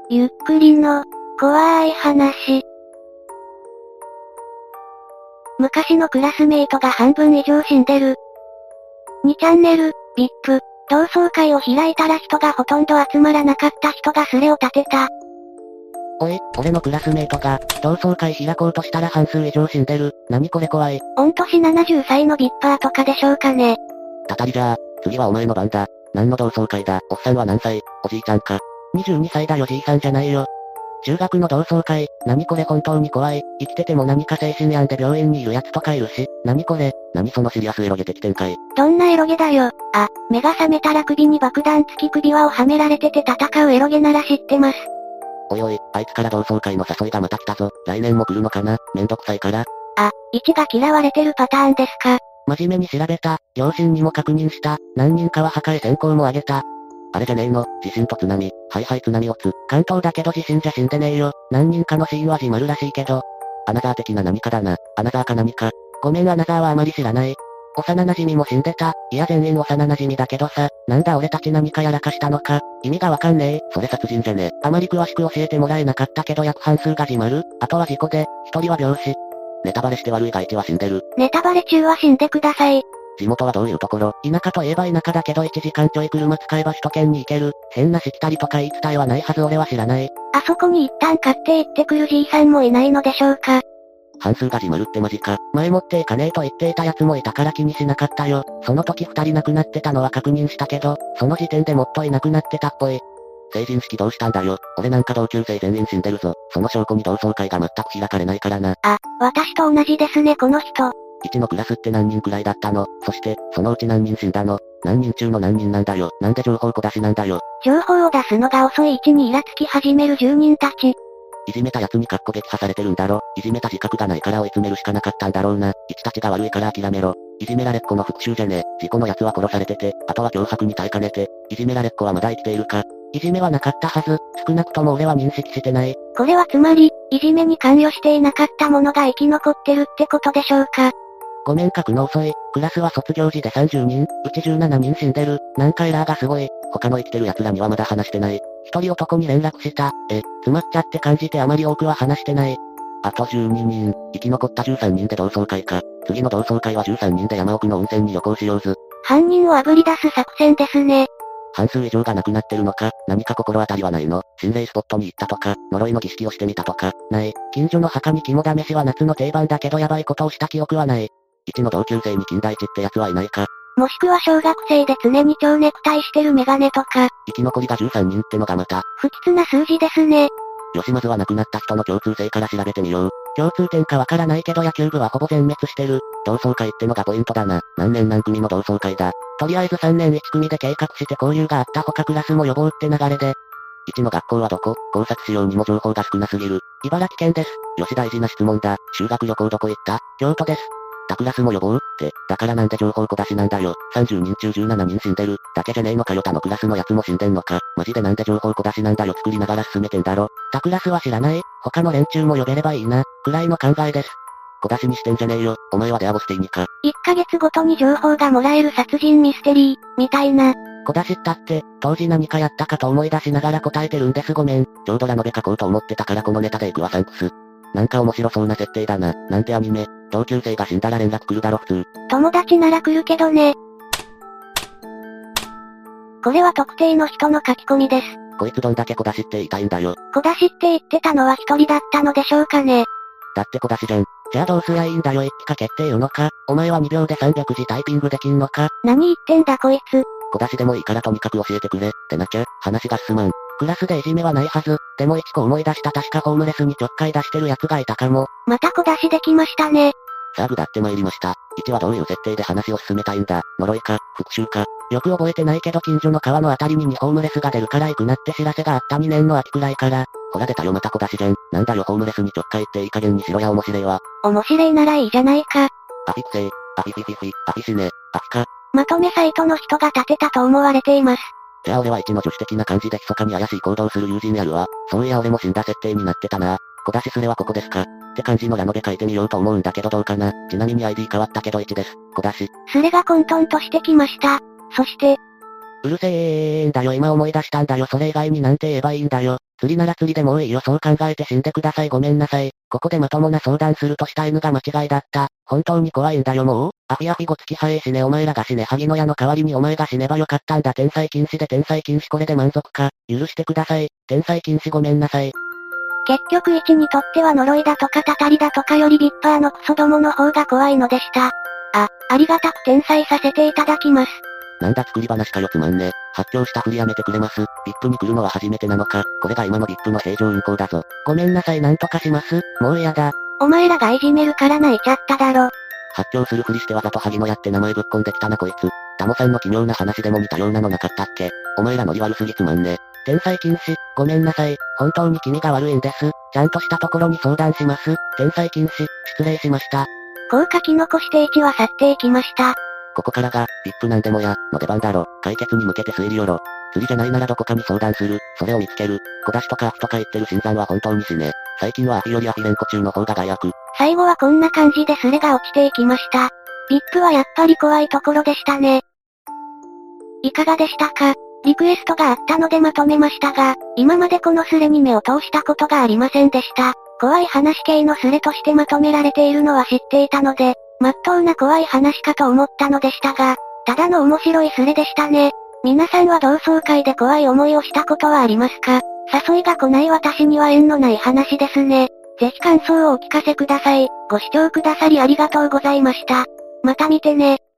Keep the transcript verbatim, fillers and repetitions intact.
ゆっくりの、怖い話。昔のクラスメイトが半分以上死んでる。にチャンネル、ブイアイピー、同窓会を開いたら人がほとんど集まらなかった人がスレを立てた。 おい、俺のクラスメイトが、同窓会開こうとしたら半数以上死んでる。何これ怖い。 御年ななじゅっさいのビッパーとかでしょうかね。 たたりじゃあ、次はお前の番だ。何の同窓会だ。おっさんは何歳？おじいちゃんか。にじゅうにさいだよじいさんじゃないよ。中学の同窓会、何これ本当に怖い。生きてても何か精神病んで病院にいるやつとかいるし、何これ、何そのシリアスエロゲ的展開。 どんなエロゲだよ。あ、目が覚めたら首に爆弾付き首輪をはめられてて戦うエロゲなら知ってます。 おいおい、あいつから同窓会の誘いがまた来たぞ。来年も来るのかな。めんどくさいから。 あ、いちが嫌われてるパターンですか。 真面目に調べた。両親にも確認した。何人かは破壊先行も挙げた。あれじゃねえの、地震と津波。はいはい津波をつ。関東だけど地震じゃ死んでねえよ。何人かの死因は始まるらしいけど。アナザー的な何かだな。アナザーか何か。ごめんアナザーはあまり知らない。幼馴染も死んでた。いや全員幼馴染だけどさ。なんだ俺たち何かやらかしたのか。意味がわかんねえ。それ殺人じゃねえ。あまり詳しく教えてもらえなかったけど約半数が始まる。あとは事故で、一人は病死。ネタバレして悪いがいちは死んでる。 ネタバレ中は死んでください。 地元はどういうところ？田舎といえば田舎だけどいちじかんちょい車使えば首都圏に行ける。変なしきたりとか言い伝えはないはず俺は知らない。 あそこに一旦買って行ってくるじいさんもいないのでしょうか。 半数が始まるってマジか。前もっていかねえと言っていた奴もいたから気にしなかったよ。その時二人亡くなってたのは確認したけど、その時点でもっといなくなってたっぽい。成人式どうしたんだよ。俺なんか同級生全員死んでるぞ。その証拠に同窓会が全く開かれないからな。 あ、私と同じですねこの人。 いちのクラスって何人くらいだったの？そして、そのうち何人死んだの？何人中の何人なんだよ。なんで情報小出しなんだよ。 情報を出すのが遅い位置にイラつき始める住人たち。 いじめた奴にカッコ撃破されてるんだろ。いじめた自覚がないから追い詰めるしかなかったんだろうな。いちたちが悪いから諦めろ。いじめられっ子の復讐じゃねえ。事故の奴は殺されてて、あとは脅迫に耐えかねて、いじめられっ子はまだ生きているか。いじめはなかったはず。少なくとも俺は認識してない。 これはつまり、いじめに関与していなかったものが生き残ってるってことでしょうか。 ごめん書くの遅い。クラスは卒業時でさんじゅうにん、うちじゅうななにん死んでる。なんかエラーがすごい。他の生きてる奴らにはまだ話してない。一人男に連絡した。え、詰まっちゃって感じてあまり多くは話してない。あとじゅうににん、生き残ったじゅうさんにんで同窓会か。次の同窓会はじゅうさんにんで山奥の温泉に旅行しようず。 犯人を炙り出す作戦ですね。 半数以上が亡くなってるのか、何か心当たりはないの？心霊スポットに行ったとか、呪いの儀式をしてみたとか、ない。近所の墓に肝試しは夏の定番だけどやばいことをした記憶はない。一の同級生に金田一って奴はいないか。 もしくは小学生で常に蝶ネクタイしてるメガネとか。 生き残りがじゅうさんにんってのがまた。 不吉な数字ですね。 よしまずは亡くなった人の共通性から調べてみよう。共通点かわからないけど野球部はほぼ全滅してる。同窓会ってのがポイントだな。何年何組の同窓会だ。とりあえずさんねんいち組で計画して交流があった他クラスも予防って流れで。いちの学校はどこ？考察しようにも情報が少なすぎる。茨城県です。よし大事な質問だ。修学旅行どこ行った？京都です。他クラスも予防って、だからなんで情報小出しなんだよ。さんじゅうにん中じゅうななにん死んでる。だけじゃねえのかよ他のクラスのやつも死んでんのか。マジでなんで情報小出しなんだよ作りながら進めてんだろ。他クラスは知らない。他の連中も呼べればいいな。くらいの考えです。小出しにしてんじゃねえよ。お前はデアボスティーニか。 いっかげつごとに情報がもらえる殺人ミステリー、みたいな。 小出しったって、当時何かやったかと思い出しながら答えてるんですごめん。ちょうどラノベ書こうと思ってたからこのネタで行くわサンクス。なんか面白そうな設定だな。なんてアニメ。同級生が死んだら連絡来るだろ普通。 友達なら来るけどね。これは特定の人の書き込みです。 こいつどんだけ小出しって言いたいんだよ。 小出しって言ってたのは一人だったのでしょうかね。 だって小出しじゃん。じゃあどうすりゃいいんだよ一気かけって言うのか。お前はにびょうでさんびゃくじタイピングできんのか。 何言ってんだこいつ。 小出しでもいいからとにかく教えてくれ。ってなきゃ、話が進まん。クラスでいじめはないはず。でも一個思い出した確かホームレスにちょっかい出してる奴がいたかも。 また小出しできましたね。 さあぐだって参りました。いちはどういう設定で話を進めたいんだ。呪いか、復讐か。よく覚えてないけど近所の川のあたりににホームレスが出るから行くなって知らせがあったにねんの秋くらいから。ほら出たよまた小出しじゃん。なんだよホームレスにちょっかいっていい加減にしろや面白いわ。 面白いならいいじゃないか。 アフィクセイ、アフィフィフィフィ、アフィシネ、アフィカ。 まとめサイトの人が立てたと思われています。 じゃあ俺は一の女子的な感じで密かに怪しい行動する友人やるわ。そういや俺も死んだ設定になってたな。小出しすれはここですか。って感じのラノベ書いてみようと思うんだけどどうかな。ちなみに アイディー 変わったけどいちです。小出し。 スレが混沌としてきました。そして、 うるせえんだよ今思い出したんだよそれ以外になんて言えばいいんだよ。 釣りなら釣りでもういいよ、そう考えて死んでください、ごめんなさい。ここでまともな相談するとした N が間違いだった。本当に怖いんだよもう。アフィアフィゴ月ハエ死ね、お前らが死ね、萩野屋の代わりにお前が死ねばよかったんだ。天才禁止で天才禁止、これで満足か。許してください。天才禁止、ごめんなさい。 結局一にとっては呪いだとかたたりだとかよりビッパーのクソどもの方が怖いのでした。あ、ありがたく転載させていただきます。 なんだ作り話かよ、つまんね。発狂したふりやめてくれます。ビップに来るのは初めてなのか。これが今のビップの平常運行だぞ。ごめんなさい、なんとかします。もう嫌だ。 お前らがいじめるから泣いちゃっただろ。 発狂するふりしてわざと萩野屋って名前ぶっ込んできたなこいつ。タモさんの奇妙な話でも似たようなのなかったっけ。お前らノリ悪すぎつまんね。天才禁止、ごめんなさい。本当に君が悪いんです。ちゃんとしたところに相談します。天才禁止、失礼しました。 こう書き残していちは去っていきました。 ここからが、ビップなんでもや、の出番だろ。解決に向けて推理よろ。釣りじゃないならどこかに相談する。それを見つける。小出しとかアフとか言ってる新参は本当に死ね。最近はアフィよりアフィ連呼中の方が害悪。 最後はこんな感じでスレが落ちていきました。ビップはやっぱり怖いところでしたね。いかがでしたか？リクエストがあったのでまとめましたが、今までこのスレに目を通したことがありませんでした。怖い話系のスレとしてまとめられているのは知っていたので、まっとうな怖い話かと思ったのでしたが、ただの面白いスレでしたね。皆さんは同窓会で怖い思いをしたことはありますか？誘いが来ない私には縁のない話ですね。ぜひ感想をお聞かせください。ご視聴くださりありがとうございました。また見てね。